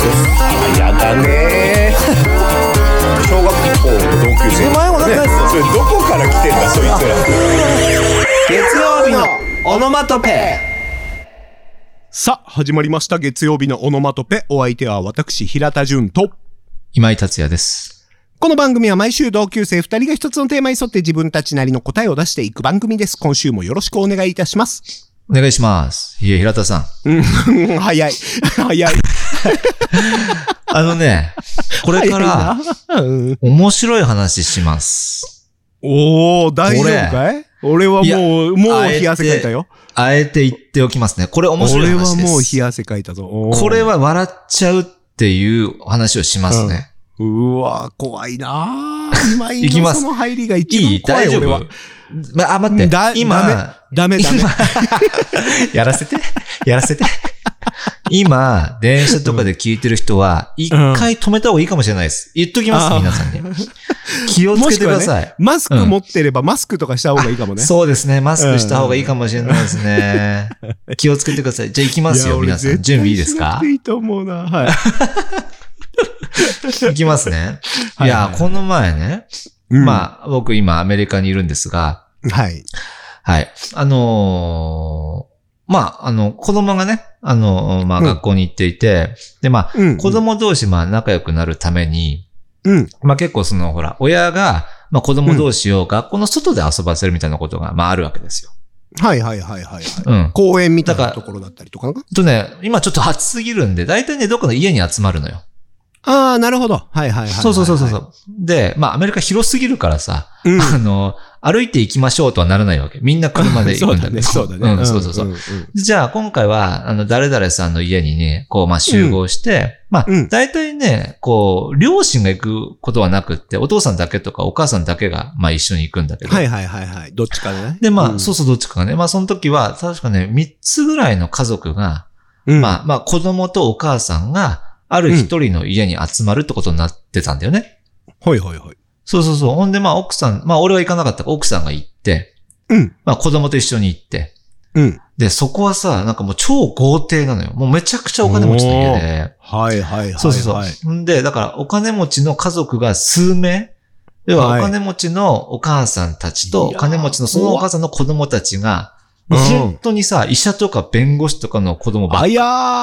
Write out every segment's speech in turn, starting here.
やだね小学校の同級生、 前もなんか、 それどこから来てんだそいつら。 月曜日のオノマトペ。 さあ始まりました月曜日のオノマトペ。お相手は私平田純と今井達也です。 この番組は毎週同級生2人が一つのテーマに沿って自分たちなりの答えを出していく番組です。今週もよろしくお願いいたします。 お願いします。いえ、平田さん。 早い。早い。 これから面白い話します。 おー、大丈夫かい？俺はもう冷や汗かいたよ。 あえて言っておきますね。これ面白い話です。 俺はもう冷や汗かいたぞ。 これは笑っちゃうっていう話をしますね。 うわー、怖いなー。今いきます。 その入りが一番怖い。 大丈夫？待って。 ダメ。 やらせて。今、電車とかで聞いてる人は、一回止めた方がいいかもしれないです。言っときます、皆さんに。気をつけてください。 ね、マスク持ってればマスクとかした方がいいかもね。 そうですね。マスクした方がいいかもしれないですね。気をつけてください。じゃあ行きますよ、皆さん。準備いいですか？ いいと思うな。はい。 行きますね。いや、この前ね、僕今アメリカにいるんですが、 はい。 はい。子供がね、学校に行っていて、で、子供同士、仲良くなるために、結構親が、子供同士を学校の外で遊ばせるみたいなことが、あるわけですよ。 はい。公園みたいなところだったりとか今ちょっと暑すぎるんで、大体ね、どっかの家に集まるのよ。 ああ、なるほど。はい。 そう。で、アメリカ広すぎるからさ、歩いて行きましょうとはならないわけ。みんな車で行くんだけど。 そうだね。 そう。じゃあ、今回は、誰々さんの家にね、集合して、大体ね、両親が行くことはなくって、お父さんだけとかお母さんだけが、一緒に行くんだけど。 はい。どっちかね。 で、そう、どっちかがね。その時は、確かね、3つぐらいの家族が、子供とお母さんが、ある一人の家に集まるってことになってたんだよね。 はい。 そう。ほんで、奥さん、俺は行かなかったから奥さんが行って、子供と一緒に行って、で、そこはさ、もう超豪邸なのよ。もうめちゃくちゃお金持ちの家で。 はい。 そう。んで、だからお金持ちの家族が数名、要はお金持ちのお母さんたちと、お金持ちのそのお母さんの子供たちが、本当にさ、医者とか弁護士とかの子供ばっかり。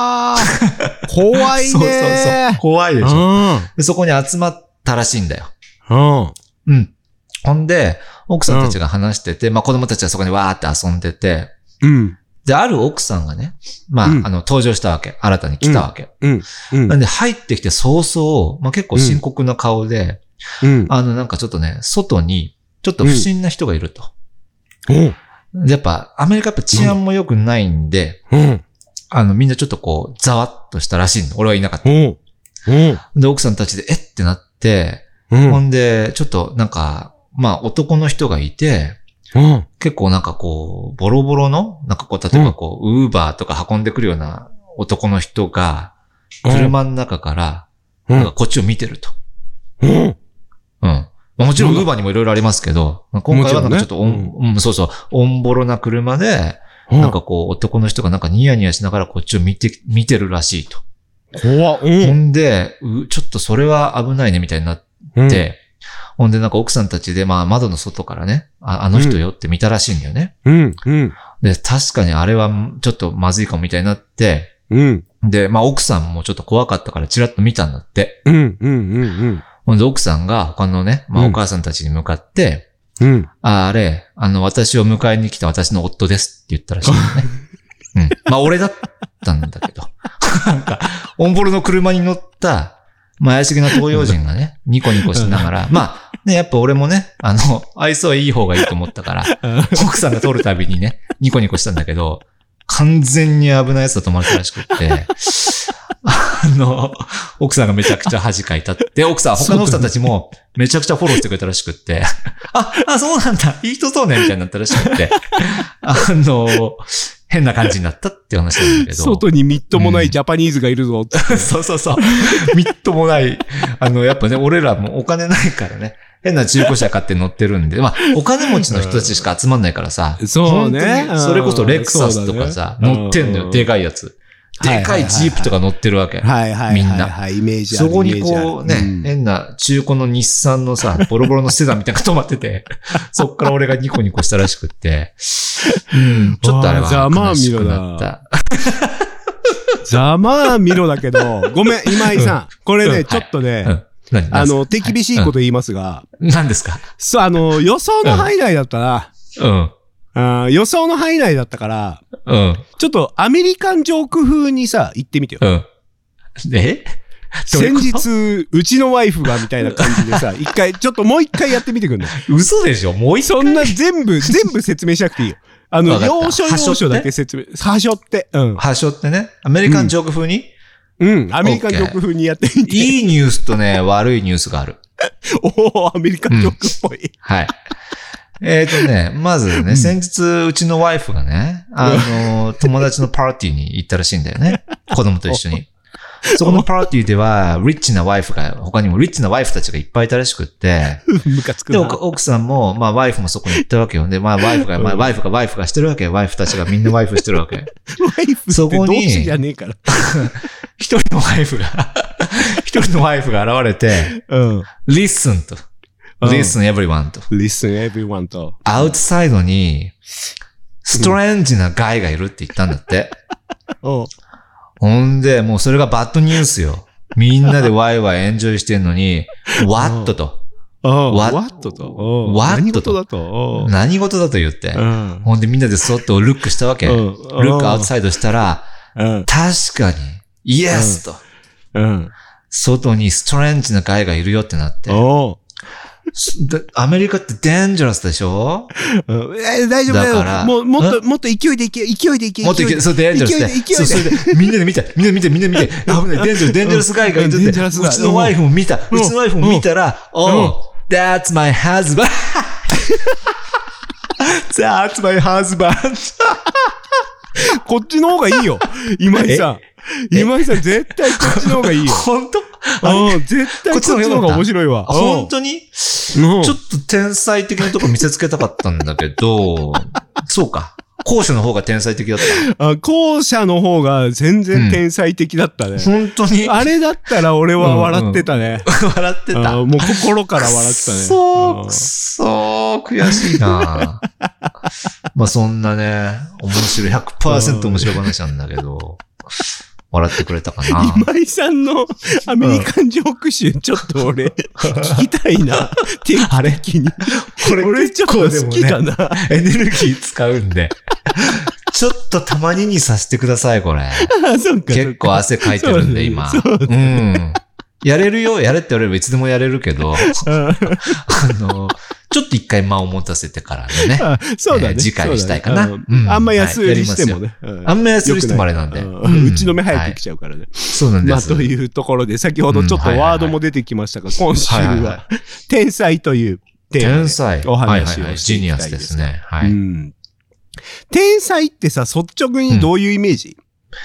怖いね。そう。 怖いでしょ。でそこに集まったらしいんだよ。ほんで、奥さんたちが話してて、子供たちはそこにわーって遊んでて、で、ある奥さんがね、登場したわけ。新たに来たわけ。なんで入ってきて早々、結構深刻な顔で、ちょっとね、外に、ちょっと不審な人がいると。で、やっぱ、アメリカ治安も良くないんで、みんなちょっとざわっとしたらしいの。俺はいなかった。で、奥さんたちで、ってなって、ほんで、ちょっと男の人がいて、結構ボロボロの、例えばウーバーとか運んでくるような男の人が、車の中から、こっちを見てると。もちろん、ウーバーにもいろいろありますけど、今回はちょっとオンボロな車で、男の人がニヤニヤしながらこっちを見てるらしいと。 怖っ。 ほんで、ちょっとそれは危ないねみたいになって、ほんで奥さんたちで窓の外からね、あの人よって見たらしいんだよね。で、確かにあれはちょっとまずいかもみたいになって、で、奥さんもちょっと怖かったからチラッと見たんだって。ほんで奥さんが他のね、お母さんたちに向かって、あれ、私を迎えに来た私の夫ですって言ったらしいよね。俺だったんだけど。オンボロの車に乗った、怪しげな東洋人がね、ニコニコしながら、やっぱ俺もね、愛想はいい方がいいと思ったから、奥さんが通るたびにね、ニコニコしたんだけど、完全に危ないやつだと思われたらしくって、奥さんがめちゃくちゃ恥かいたって、他の奥さんたちもめちゃくちゃフォローしてくれたらしくって、そうなんだ、いい人そうね、みたいになったらしくって、変な感じになったって話なんだけど。 外にみっともないジャパニーズがいるぞって。 そう。みっともない。やっぱね、俺らもお金ないからね。変な中古車買って乗ってるんで。お金持ちの人たちしか集まんないからさ。 そうね。 それこそレクサスとかさ、乗ってんのよ、でかいやつ。 でかいジープとか乗ってるわけ。 はいはい。 みんな。 イメージある。 そこにこうね、変な中古の日産のさ、ボロボロのセダンみたいなのが止まってて、そっから俺がニコニコしたらしくって、ちょっとあれは悲しくなった。 ざまあ見ろだけど、ごめん、今井さん。これね、ちょっとね、手厳しいこと言いますが。 何ですか？ そう、予想の範囲内だったな。予想の範囲内だったから、ちょっとアメリカンジョーク風にさ、言ってみてよ。先日、うちのワイフがみたいな感じでさ、もう一回やってみてくんない？ 嘘でしょ？もう一回？ そんな全部説明しなくていいよ。要所だけ説明。はしょって。 はしょってね。アメリカンジョーク風に？ アメリカンジョーク風にやってみて。 いいニュースとね、悪いニュースがある。 アメリカンジョークっぽい。 はい。まずね、先日、うちのワイフがね、友達のパーティーに行ったらしいんだよね。子供と一緒に。そこのパーティーでは、他にもリッチなワイフたちがいっぱいいたらしくって、 ムカつくな。 で、奥さんも、ワイフもそこに行ったわけよ。で、ワイフがしてるわけ。ワイフたちがみんなワイフしてるわけ。ワイフって動詞じゃねえから。 一人のワイフが現れて、listen と。listen everyone と。 listen everyone と。 アウトサイドに、ストレンジなガイがいるって言ったんだって。ほんで、もうそれがバッドニュースよ。みんなでワイワイエンジョイしてんのに、what と。 what と。何事だと。 何事だと言って。ほんでみんなでそっとルックしたわけ。ルックアウトサイドしたら、確かに、イエスと。外にストレンジなガイがいるよってなって。アメリカってデンジャラスでしょ？ 大丈夫だよ。もっと勢いでいけ。 もっとそう、デンジャラスで。それで、みんなで見て。危ない、デンジャラスガイがいるって。うちのワイフも見た。ら、that's my husband. That's my husband. こっちの方がいいよ。今井さん、絶対こっちの方がいいよ。 本当？ 絶対こっちの方が面白いわ。 本当に？ちょっと天才的なとこ見せつけたかったんだけど、そうか。後者の方が天才的だった。 後者の方が全然天才的だったね。 本当に？ あれだったら俺は笑ってたね。 笑ってた。 もう心から笑ってたね。 悔しいな。そんなね、100% 面白い話なんだけど、笑ってくれたかな。 今井さんのアメリカンジョーク集、ちょっと俺、聞きたいな。定期的に。俺ちょっと好きかな。 エネルギー使うんで。ちょっとたまににさせてください、これ。結構汗かいてるんで、今。やれるよ、やれって言われればいつでもやれるけど、ちょっと一回間を持たせてからね。 そうだね。 次回にしたいかな。 あんま安売りしてもね。 あんま安売りしてもあれなんで。 うちの目早く来ちゃうからね。 そうなんです。 というところで、先ほどちょっとワードも出てきましたが、今週は、天才というテーマでお話をしていきたいです。 ジニアスですね。はい。 天才ってさ、率直にどういうイメージ？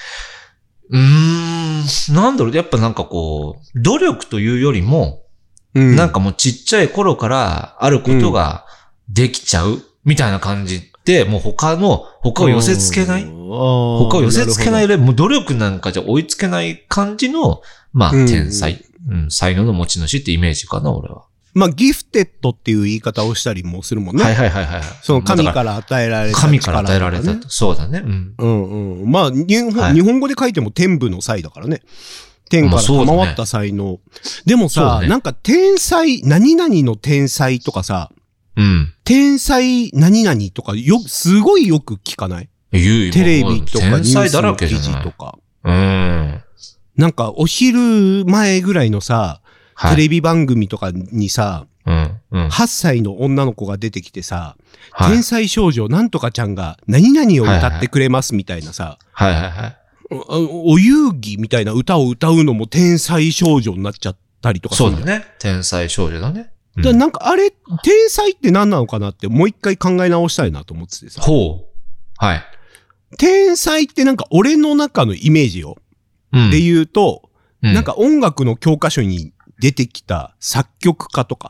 なんだろう、やっぱなんかこう、努力というよりも、なんかもうちっちゃい頃からあることができちゃうみたいな感じで、もう他を寄せ付けないもう努力なんかじゃ追いつけない感じの、天才、才能の持ち主ってイメージかな、俺は。 ギフテッドっていう言い方をしたりもするもんね。 はい。 その神から与えられた。 神から与えられた。そうだね。 日本語で書いても天賦の才だからね。天から賜った才能。でもさ、なんか天才、何々の天才とかさ、天才何々とかすごいよく聞かない？テレビとかニュースの記事とか。なんかお昼前ぐらいのさ、テレビ番組とかにさ、8歳の女の子が出てきてさ、天才少女なんとかちゃんが何々を歌ってくれますみたいなさ、お遊戯みたいな歌を歌うのも天才少女になっちゃったりとかする。 そうだね。天才少女だね。 なんかあれ、天才って何なのかなってもう一回考え直したいなと思っててさ。 はい。 天才ってなんか俺の中のイメージよ。で言うと、なんか音楽の教科書に出てきた作曲家とか。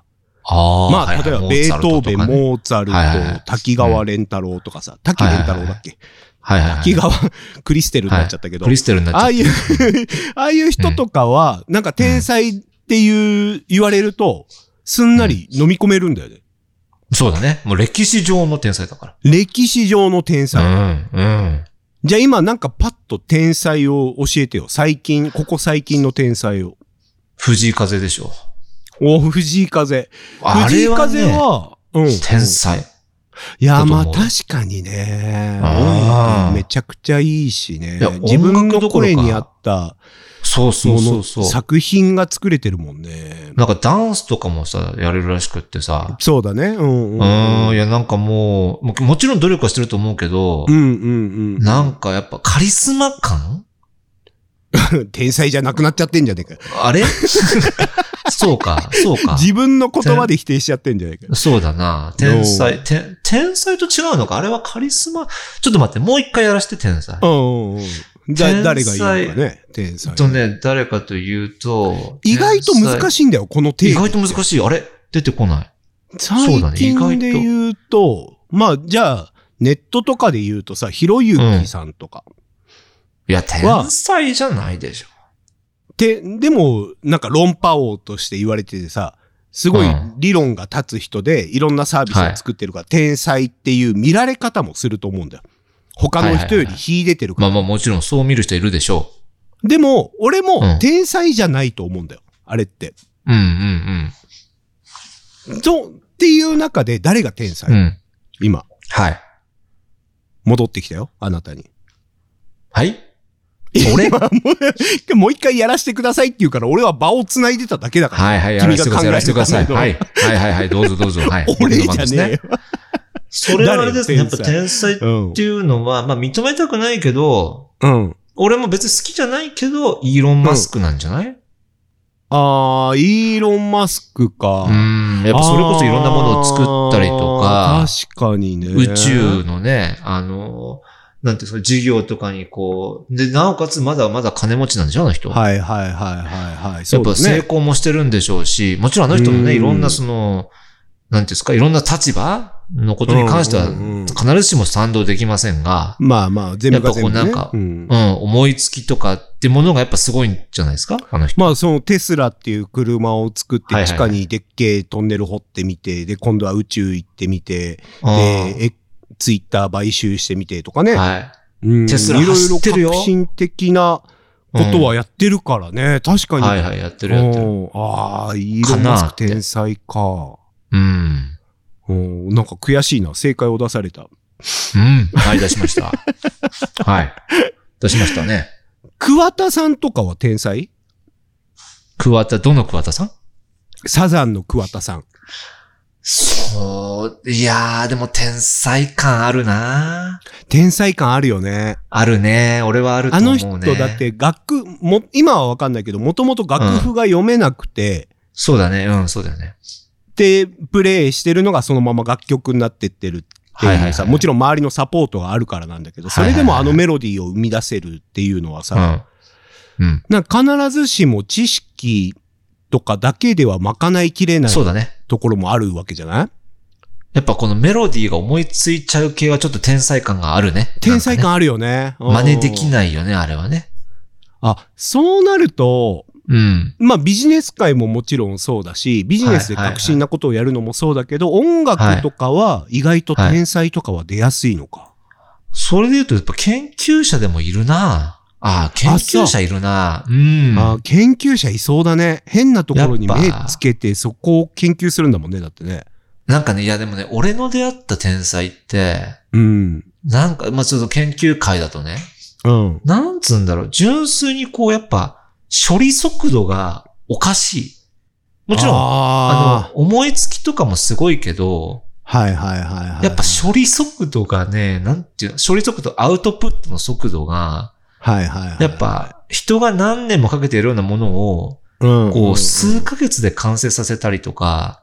例えばベートーベン、モーツァルト、滝川蓮太郎とかさ、滝蓮太郎だっけ？ はいはいはい。 秋川クリステルになっちゃったけど。 クリステルになっちゃった。 ああいう人とかは、なんか天才って言われると、すんなり飲み込めるんだよね。 そうだね。もう歴史上の天才だから。 歴史上の天才。 うん。 じゃあ今なんかパッと天才を教えてよ。ここ最近の天才を。 藤井風でしょ。 藤井風。 藤井風は、 天才。 いや、まあ確かにね。めちゃくちゃいいしね。自分の声に合った、 そう。 作品が作れてるもんね。 なんかダンスとかもさ、やれるらしくってさ。 そうだね。 いや、なんかもちろん努力はしてると思うけど、なんかやっぱカリスマ感天才じゃなくなっちゃってんじゃねえか。 あれそうか。 自分の言葉で否定しちゃってんじゃないか。 そうだな。天才と違うのか。あれはカリスマ。ちょっと待って、もう一回やらせて天才。 誰がいいのかね、天才。 誰かというと。 意外と難しいんだよ、この定義。 意外と難しい。あれ出てこない。 最近で言うと、まあ、じゃあ、ネットとかで言うとさ、ひろゆきさんとか。 いや、天才じゃないでしょ。 でも、なんか論破王として言われててさ、すごい理論が立つ人で、いろんなサービスを作ってるから、天才っていう見られ方もすると思うんだよ。他の人より秀でてるから。 まあもちろんそう見る人いるでしょう。でも、俺も天才じゃないと思うんだよ。あれって。っていう中で誰が天才？今。 はい。 戻ってきたよ、あなたに。 はい俺もう一回やらせてくださいって言うから、俺は場を繋いでただけだから。 はい、やらせてください。はい、どうぞ。はい。 俺じゃねえよ。 それはあれですね。やっぱ天才っていうのは、まあ認めたくないけど、俺も別に好きじゃないけど、イーロン・マスクなんじゃない？ イーロン・マスクか。 やっぱそれこそいろんなものを作ったりとか、 確かにね。 宇宙のね、なんていうか、事業とかにで、なおかつまだまだ金持ちなんでしょ、あの人。 はい。やっぱ成功もしてるんでしょうし、もちろんあの人もね、いろんななんていうんですか、いろんな立場のことに関しては、必ずしも賛同できませんが、 まあ、全部が全部、ね。 やっぱなんか、思いつきとかってものがやっぱすごいんじゃないですか、あの人。 まあ、そのテスラっていう車を作って、地下にでっけえトンネル掘ってみて、で、今度は宇宙行ってみて、で、ツイッター買収してみてとかね。 テスラ走ってるよ。 いろいろ革新的なことはやってるからね。確かに。 やってる。 イーロン・マスク天才か。なんか悔しいな。正解を出された。 はい、出しました。はい。出しましたね。 桑田さんとかは天才？ どの桑田さん？ サザンの桑田さん。 いやー、でも天才感あるな。 天才感あるよね。 あるね。俺はあると思うね。 あの人だって今はわかんないけど、もともと楽譜が読めなくて、 そうだね。そうだよね。 で、プレイしてるのがそのまま楽曲になってってるっていうさ、もちろん周りのサポートがあるからなんだけど、それでもあのメロディーを生み出せるっていうのはさ、なんか必ずしも知識とかだけでは賄いきれないところもあるわけじゃない？ やっぱこのメロディーが思いついちゃう系はちょっと天才感があるね。 天才感あるよね。 真似できないよね、あれはね。 そうなると、まあビジネス界ももちろんそうだし、ビジネスで革新なことをやるのもそうだけど、音楽とかは意外と天才とかは出やすいのか。 それで言うとやっぱ研究者でもいるな。研究者いるな。 研究者いそうだね。変なところに目つけてそこを研究するんだもんね、だってね。 なんかね、いやでもね、俺の出会った天才って、なんか、まあちょっと研究会だとね、なんつうんだろう、純粋にやっぱ、処理速度がおかしい。もちろん、思いつきとかもすごいけど、やっぱ処理速度がね、なんていうの、処理速度、アウトプットの速度が、やっぱ、人が何年もかけてやるようなものを、数ヶ月で完成させたりとか、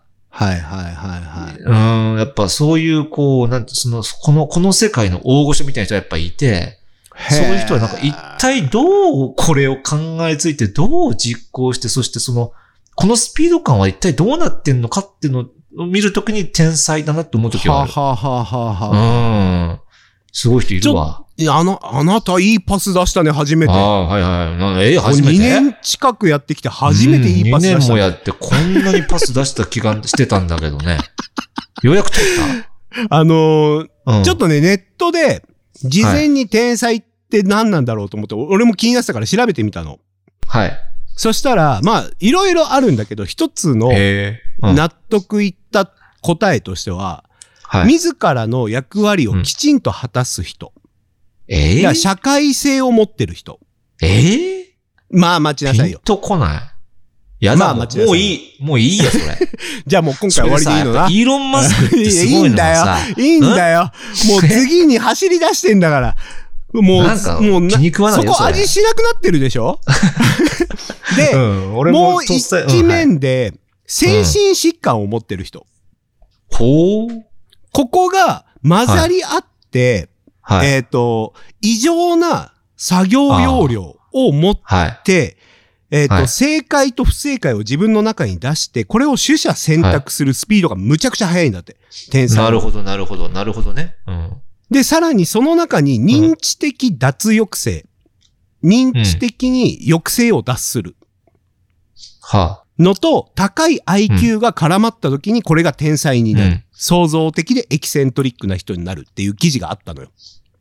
やっぱそういう、なんて、この世界の大御所みたいな人がやっぱいて、そういう人はなんか一体どうこれを考えついて、どう実行して、そしてこのスピード感は一体どうなってんのかっていうのを見るときに天才だなって思うときはある。 すごい人いるわ。 あなたいいパス出したね、初めて。 はいはい。初めて ?2 年近くやってきて初めていいパス出した、ね。2 年もやってこんなにパス出した気がしてたんだけどね。ようやく取った。ちょっとね、ネットで、事前に天才って何なんだろうと思って、俺も気になってたから調べてみたの。はい。 そしたら、まあ、いろいろあるんだけど、一つの納得いった答えとしては、自らの役割をきちんと果たす人。社会性を持ってる人。まあ、待ちなさいよ。 ピンとこない。やだ、もういいよ、それ。 じゃあもう今回終わりでいいのな。 イーロン・マスクってすごいのがさ。 いいんだよ。もう次に走り出してんだから。もう気に食わないよ、そこ味しなくなってるでしょで、もう一面で、精神疾患を持ってる人。ここが混ざり合って、異常な作業容量を持って、正解と不正解を自分の中に出して、これを取捨選択するスピードがむちゃくちゃ速いんだって。天才。 なるほどね。 で、さらにその中に認知的脱抑制。認知的に抑制を脱する。のと、高い IQ が絡まった時にこれが天才になる。創造的でエキセントリックな人になるっていう記事があったのよ。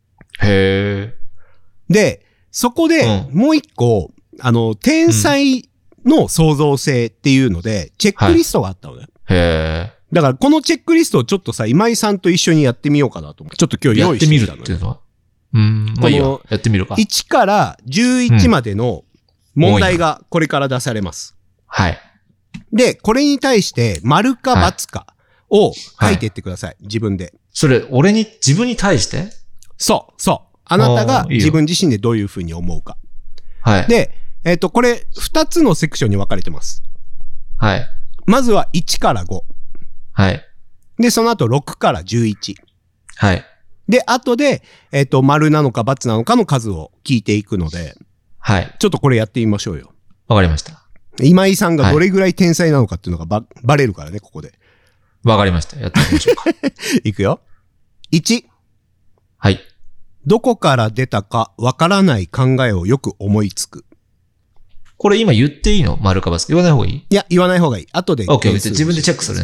で、そこでもう一個、天才の創造性っていうので、チェックリストがあったのね。だからこのチェックリストをちょっとさ、今井さんと一緒にやってみようかなと思って。ちょっと今日用意してみたのよ。 やってみるっていうのはまあいいよ。やってみるか。 1から11までの問題がこれから出されます。で、これに対して丸か×かを書いていってください。自分で。 それ、自分に対して？ そう。あなたが自分自身でどういうふうに思うか。で、これ2つのセクションに分かれてます。まずは1から5。で、その後6から11。で、後で、丸なのか×なのかの数を聞いていくので、ちょっとこれやってみましょうよ。 わかりました。 今井さんがどれぐらい天才なのかっていうのがバレるからね、ここで。 わかりました。やってみましょうか。 いくよ。1。どこから出たかわからない考えをよく思いつく。 これ今言っていいの？丸か×か。言わない方がいい？ いや、言わない方がいい。後で。 OK。自分でチェックするね。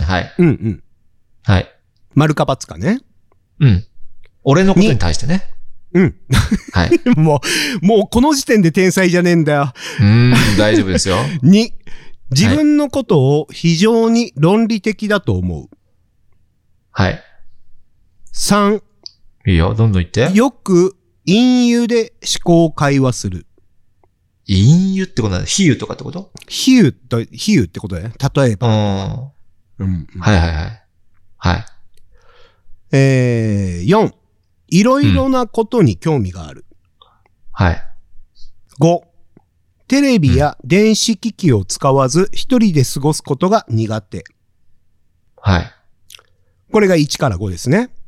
丸か×かね。 俺のことに対してね。 もうこの時点で天才じゃねえんだよ。 大丈夫ですよ。 2、自分のことを非常に論理的だと思う。3、 いいよ、どんどん言って。 よく隠喩で思考会話する。 隠喩ってことは、比喩とかってこと？ 比喩ってことだよね。例えば。4、いろいろなことに興味がある。5、テレビや電子機器を使わず一人で過ごすことが苦手。これが1から5ですね。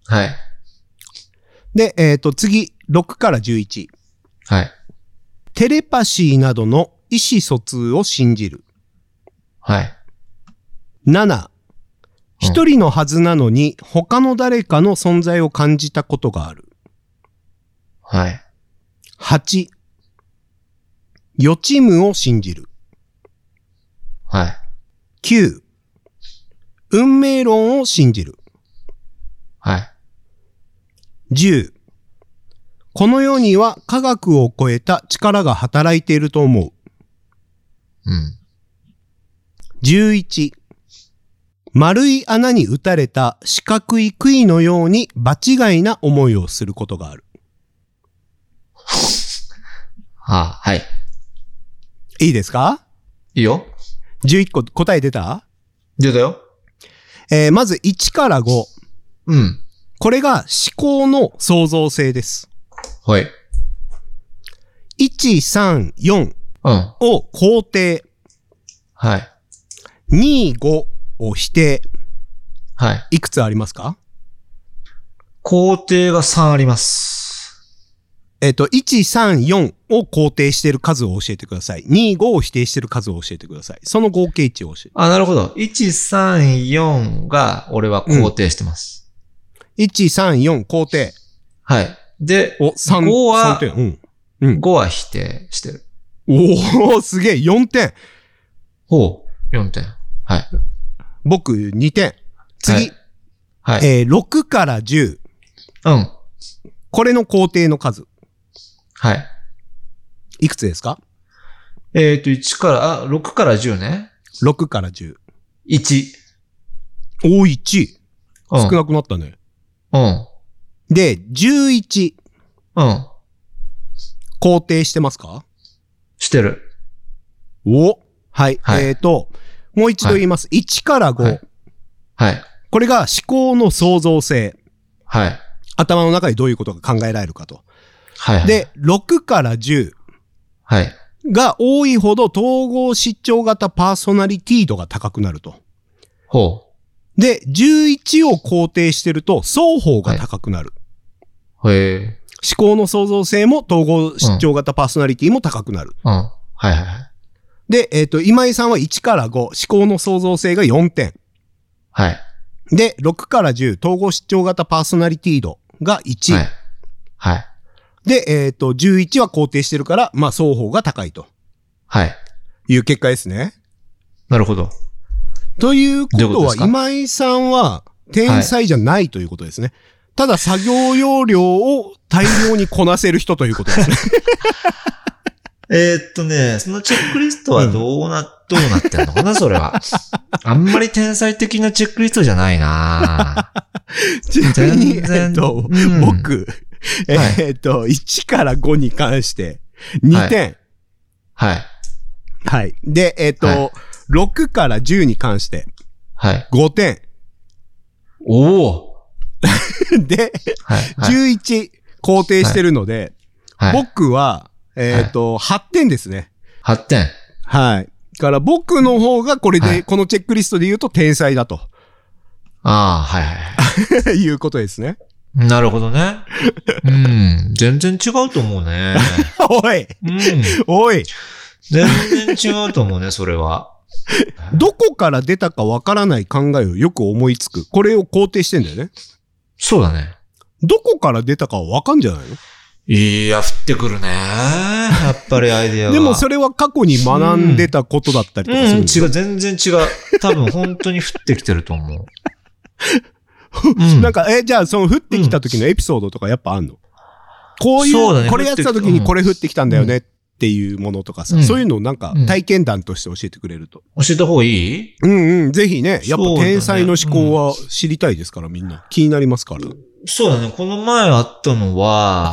で、次、6から11。テレパシーなどの意思疎通を信じる。7、一人のはずなのに他の誰かの存在を感じたことがある。8、予知夢を信じる。9、運命論を信じる。10、この世には科学を超えた力が働いていると思う。11、丸い穴に打たれた四角い杭のように場違いな思いをすることがある。いいですか？ いいよ。 11個答え出た？ 出たよ。 まず1から5。これが思考の創造性です。1、3、4を肯定。2、5を否定。いくつありますか？ 肯定が3あります。 1、3、4を肯定している数を教えてください。2、5を否定している数を教えてください。その合計値を教えて。 なるほど。1、3、4が俺は肯定してます。 1、3、4肯定。 はい。で、5は、5は否定してる。 おー、すげえ、4点。 ほう、4点。はい。 僕、2点。次。 はい。 6から10。 うん。 これの工程の数。 はい。 いくつですか ？6から10ね。 6から10。 1。 おー、1。少なくなったね。 うん。 で、11。 うん。 肯定してますか？ してる。 お、はい。はい、もう一度言います。はい、1から5。はい。 はい。 これが思考の創造性。 はい。 頭の中でどういうことが考えられるかと。 はい。 で、6から10。 はい。 が多いほど統合失調型パーソナリティ度が高くなると。 ほう。で、11を肯定してると双方が高くなる。 はい、へえ。 思考の創造性も統合失調型パーソナリティも高くなる。 うん。はいはいはい。 で、今井さんは1から5、思考の創造性が4点。 はい。 で、6から10、統合失調型パーソナリティ度が1。 はい。はい。 で、11は肯定してるから、まあ、双方が高いと。 はい。 いう結果ですね。 なるほど。 ということは、今井さんは天才じゃないということですね。はい、ただ、作業要領を大量にこなせる人ということですね。 そのチェックリストはどうなってんのかな、それは。あんまり天才的なチェックリストじゃないなちなみに、僕、1から5に関して2点。 はい。 はい。で、6から10に関して5点。 おお。 で、11肯定してるので、僕は、8点ですね。 8点。 はい。だから僕の方がこれで、このチェックリストで言うと天才だと。 ああ、はいはい。 いうことですね。 なるほどね。うん。全然違うと思うね。 おい。おい。 全然違うと思うね、それは。 どこから出たかわからない考えをよく思いつく。これを肯定してんだよね。 そうだね。 どこから出たかはわかんじゃないの？ いや、降ってくるね。やっぱりアイデアは。 でもそれは過去に学んでたことだったりとかするん違う、全然違う。多分本当に降ってきてると思う。 なんか、じゃあその降ってきた時のエピソードとかやっぱあんの？こういう、これやってた時にこれ降ってきたんだよねっていうものとかさ、そういうのをなんか体験談として教えてくれると。 教えた方がいい？ ぜひね。やっぱ天才の思考は知りたいですからみんな。気になりますから。 そうだね。この前あったのは、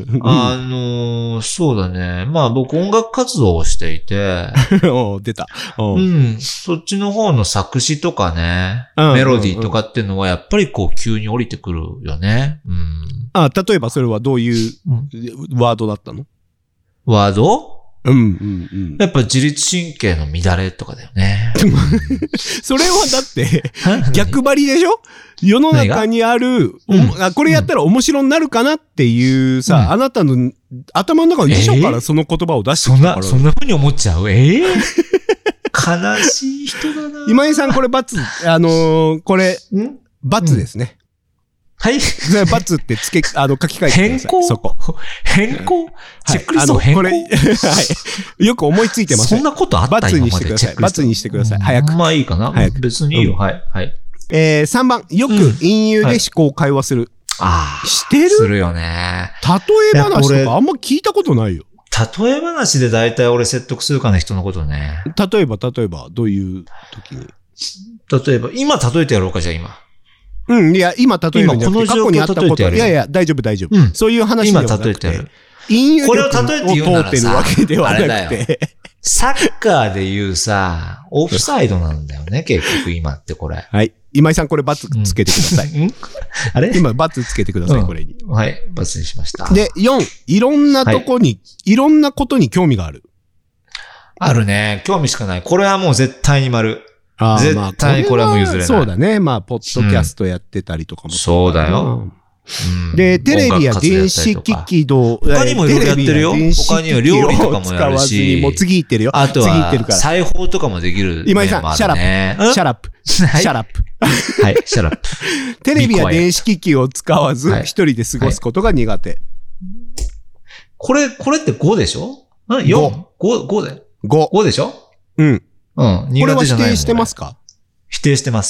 そうだね。まあ僕音楽活動をしていて。 出た。 そっちの方の作詞とかね、メロディーとかっていうのはやっぱりこう急に降りてくるよね。 例えばそれはどういうワードだったの？ ワード？やっぱ自律神経の乱れとかだよね。 それはだって逆張りでしょ？世の中にある、これやったら面白になるかなっていうさ、あなたの頭の中の辞書からその言葉を出してきたから。 そんな風に思っちゃう？悲しい人だな。 今井さんこれ×、これ、×ですね。 はい。 バツって書き換えてください。 変更？そこ。変更？チェックリスト変更？はい。 よく思いついてます。 そんなことあった？ バツにしてください。バツにしてください。早く。 まあいいかな？早く。別にいいよ。はい。はい。 3番。よく隠喩で思考会話する。してる？ するよね。 例え話とかあんま聞いたことないよ。 例え話で大体俺説得するかな、人のことね。 例えば、どういう時に？ 例えば、今例えてやろうか、じゃあ今。 いや、今例えるんじゃなくて、過去にあったこと。いや、大丈夫。そういう話ではなくて。 今例えてやる。 隠喩力を通ってるわけではなくて。 サッカーで言うさ、オフサイドなんだよね、結局今ってこれ。 はい。今井さんこれバツつけてください。 あれ？ 今バツつけてください、これに。 はい、バツにしました。 で、4、いろんなことに興味がある。 あるね。興味しかない。これはもう絶対に丸。絶対これはもう譲れない。 そうだね。まあ、ポッドキャストやってたりとかも。 そうだよ。 で、テレビや電子機器他にもいろいろやってるよ。他には料理とかもやるし。 もう次行ってるよ。 あとは、裁縫とかもできる。 今井さん、シャラップ。シャラップ。シャラップ。 はい、シャラップ。 テレビや電子機器を使わず、一人で過ごすことが苦手。 これって5でしょ ?4?5 で ?5 でしょうん。 うん。苦手じゃない。これは否定してますか？ 否定してます。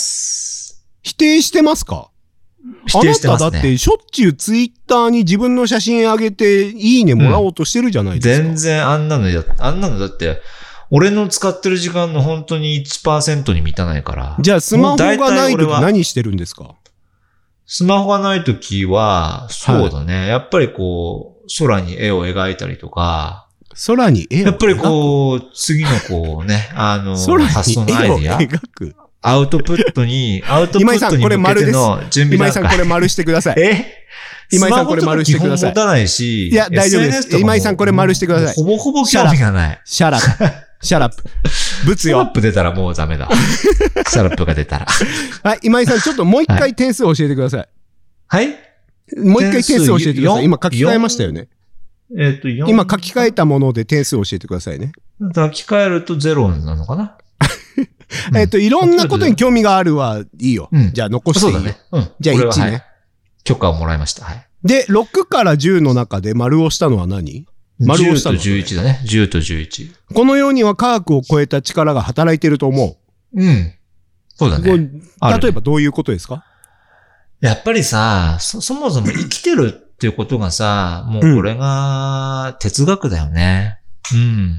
否定してますか？ 否定してますね。 あなただってしょっちゅうツイッターに自分の写真上げていいねもらおうとしてるじゃないですか。 全然あんなのだって、俺の使ってる時間の本当に 1% に満たないから。 じゃあスマホがないとき何してるんですか？ スマホがないときは、そうだね、はい。やっぱりこう、空に絵を描いたりとか。 空に絵を描く？ やっぱりこう、次のこうね、発想のアイディア。 描く？ アウトプットに向けての準備段階。 今井さんこれ丸してください。今井さんこれ丸してください。 スマホとか基本持たないし。 いや、大丈夫です。今井さんこれ丸してください。 ほぼほぼ興味がない。 シャラップ。シャラップ。ブツよ。 シャラップ出たらもうダメだ。シャラップが出たら。 はい、今井さんちょっともう一回点数を教えてください。 はい。 もう一回点数を教えてください。今書き換えましたよね。今書き換えたもので点数を教えてくださいね。 書き換えると0なのかな？ いろんなことに興味があるはいいよ。じゃあ残していいよ。 そうだね。 じゃあ1ね。 許可をもらいました。はい。 で、6から10の中で丸をしたのは何？丸をしたのは 10と11だね。10と11。 このようには科学を超えた力が働いていると思う。うん。そうだね。 例えばどういうことですか？ やっぱりさ、そもそも生きてるっていうことがさ、もうこれが哲学だよね。うん。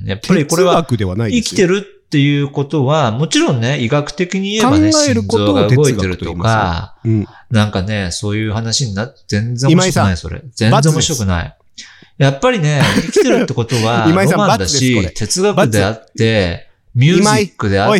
やっぱりこれは生きてるっていうことは、もちろんね、医学的に言えばね、心臓が動いてるとか、なんかね、そういう話になって全然面白くない、それ。全然面白くない。やっぱりね、生きてるってことは、ロマンだし、哲学であって、ミュージックであって、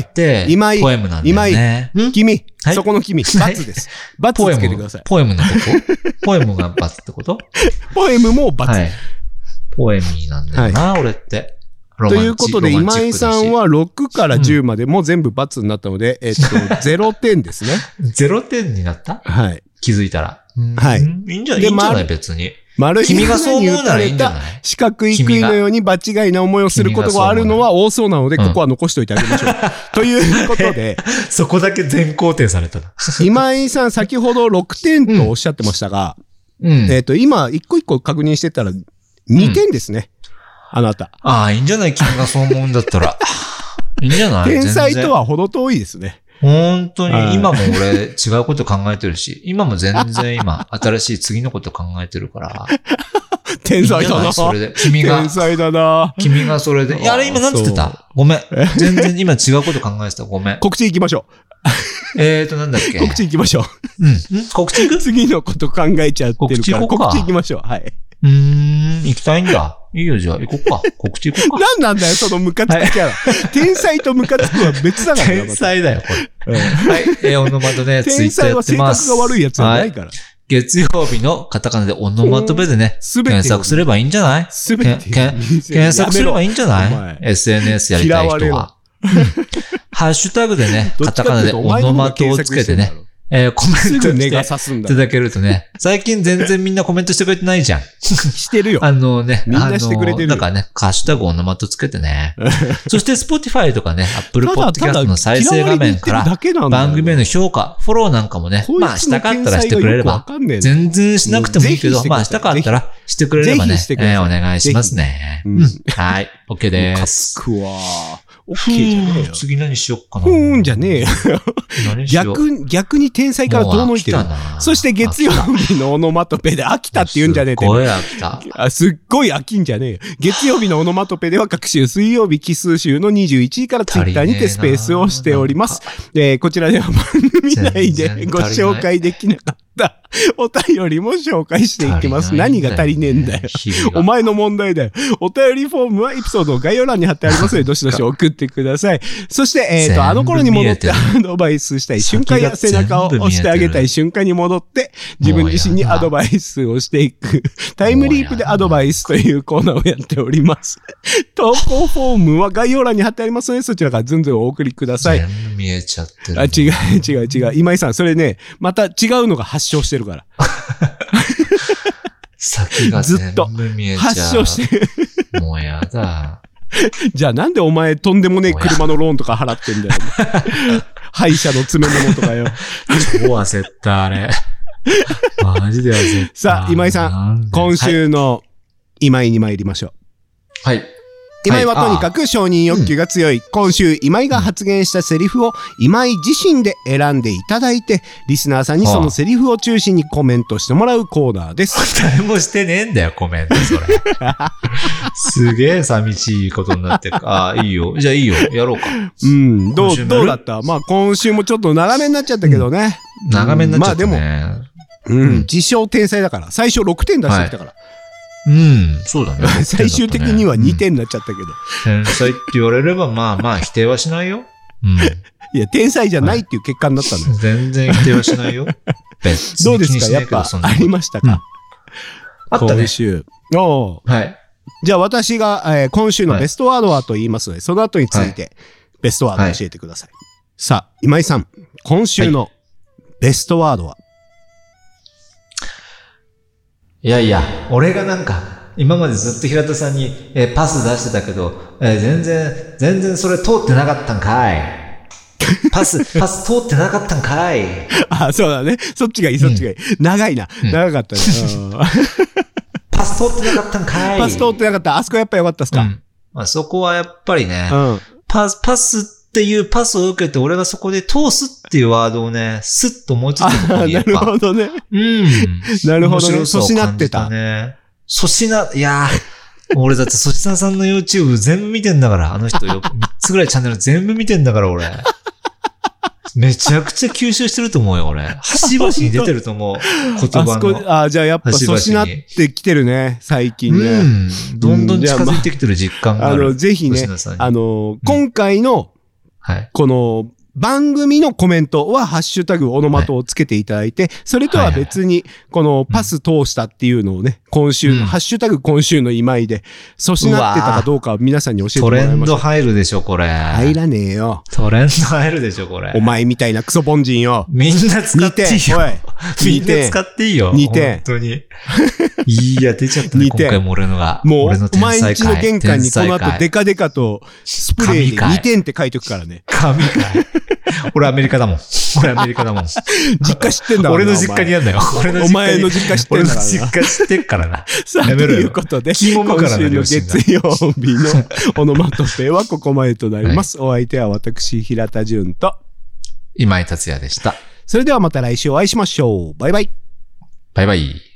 ポエムなんだよね。 君、そこの君、バツです。バツつけてください。 ポエムのことポエムがバツってことポエムもバツ。 ポエミーなんだよな、俺って。 ということで、今井さんは6から10までも全部バツになったので、0点ですね。 0点になった？ はい。 気づいたら。 はい。 いいんじゃない別に。 君がそう思うならいいんじゃない？四角い杭のように場違いな思いをすることがあるのは多そうなので、ここは残しておいてあげましょう。ということで。 そこだけ全肯定されたな。 今井さん、先ほど6点とおっしゃってましたが、今、一個一個確認してたら2点ですね。あなた。 ああ、いいんじゃない？君がそう思うんだったら。いいんじゃない？ 天才とは程遠いですね。 本当に、今も俺違うこと考えてるし、今も全然今、新しい次のこと考えてるから。 天才だな。 それで。君が。 天才だな。 君がそれで。いや、あれ今何つってた？ごめん。全然今違うこと考えてた。ごめん。 告知行きましょう。なんだっけ。 告知行きましょう。 告知行く？ 次のこと考えちゃってるから。告知行きましょう。はい。 行きたいんだ。いいよ、じゃあ、行こっか。告知行こうか。 何なんだよ、そのムカつきキャラ。天才とムカつくは別だからね。 天才だよ、これ。はい。オノマトね、ツイッターやってます。 天才は性格が悪いやつじゃないから。 月曜日のカタカナでオノマトペでね、検索すればいいんじゃない？ すべて。 検索すればいいんじゃない？ SNS やりたい人は。ハッシュタグでね、カタカナでオノマトをつけてね。コメントしていただけるとね。最近全然みんなコメントしてくれてないじゃん。 してるよ。 みんなしてくれてる。 だからね、ハッシュタグオノマトつけてね。そして Spotify とかね、Apple Podcast の再生画面から番組への評価、フォローなんかもね、まあしたかったらしてくれれば。全然しなくてもいいけど、まあしたかったらしてくれればね、お願いしますね。はい、OK です。 ムカつくわ。OK じゃねえよ。 次何しよっかな。 じゃねえよ。逆に天才から遠のいてる。そして月曜日のオノマトペで飽きたって言うんじゃねえって。 すっごい飽きた。 すっごい飽きんじゃねえよ。月曜日のオノマトペでは各週水曜日奇数週の21時からツイッターにてスペースをしております。こちらでは番組内でご紹介できなかったお便りも紹介していきます。何が足りねえんだよ。お前の問題だよ。お便りフォームはエピソード概要欄に貼ってありますので、どしどし送ってください。そして、あの頃に戻ってアドバイスしたい瞬間や背中を押してあげたい瞬間に戻って、自分自身にアドバイスをしていく、タイムリープでアドバイスというコーナーをやっております。投稿フォームは概要欄に貼ってありますので、そちらからずんずんお送りください。 全部見えちゃってる。 違う。今井さん、それね、また違うのが発症してるから。 先が全部見えちゃう。 発症して。 もうやだ。 じゃあなんでお前とんでもねえ車のローンとか払ってんだよ。歯医者の詰め物とかよ。 超焦った、あれ。マジで焦った。 さあ、今井さん、今週の今井に参りましょう。 はい。 今井はとにかく承認欲求が強い。今週、今井が発言したセリフを今井自身で選んでいただいて、リスナーさんにそのセリフを中心にコメントしてもらうコーナーです。 誰もしてねえんだよ、コメント、それ。すげえ寂しいことになってる。ああ、いいよ。じゃあいいよ。やろうか。 うん。どうだった？まあ今週もちょっと長めになっちゃったけどね。 長めになっちゃったね。 まあでも、自称天才だから。最初6点出してきたから。 そうだね。 最終的には2点になっちゃったけど。 天才って言われれば、まあ否定はしないよ。 いや、天才じゃないっていう結果になったのよ。 全然否定はしないよ。 どうですか？やっぱありましたか？ あったね。 今週。 はい。 じゃあ私が、今週のベストワードはと言いますので、その後についてベストワード教えてください。さあ、今井さん、今週のベストワードは？ いやいや、俺がなんか、今までずっと平田さんに、パス出してたけど、全然それ通ってなかったんかい。パス通ってなかったんかい。 あ、そうだね。そっちがいい。長いな。長かったね。 パス通ってなかったんかい。 パス通ってなかった。あそこやっぱ良かったっすか？ まあそこはやっぱりね、パスっていうパスを受けて、俺がそこで通すっていうワードをね、スッと思いついたとこに言えば。 なるほどね。なるほどね。粗品ってた。 粗品、いやー、俺だって粗品さんの YouTube 全部見てんだから、あの人3つぐらいチャンネル全部見てんだから、俺。めちゃくちゃ吸収してると思うよ、俺。端々に出てると思う。言葉の。 じゃあやっぱ粗品ってきてるね、最近ね。 どんどん近づいてきてる実感がある。 ぜひね、今回の、この番組のコメントはハッシュタグオノマトをつけていただいて、それとは別にこのパス通したっていうのをね、今週、ハッシュタグ今週の今井で粗品ってたかどうかを皆さんに教えてもらいましょう。 トレンド入るでしょ、これ。 入らねえよ。 トレンド入るでしょ、これ。 お前みたいなクソ凡人よ。 みんな使っていいよ。みんな使っていいよ。 2点。 本当に。いや、出ちゃったね、今回も俺のが。 もう、お前んちの玄関にこの後デカデカとスプレーで2点って書いておくからね。 神回。俺アメリカだもん。実家知ってんだからな。 俺の実家にやんだよ。 お前の実家知ってんだからな。 俺の実家知ってっからな。 さあ、ということで、今週の月曜日のオノマトペはここまでとなります。お相手は私、平田純と今井達也でした。 それではまた来週お会いしましょう。バイバイ。 バイバイ。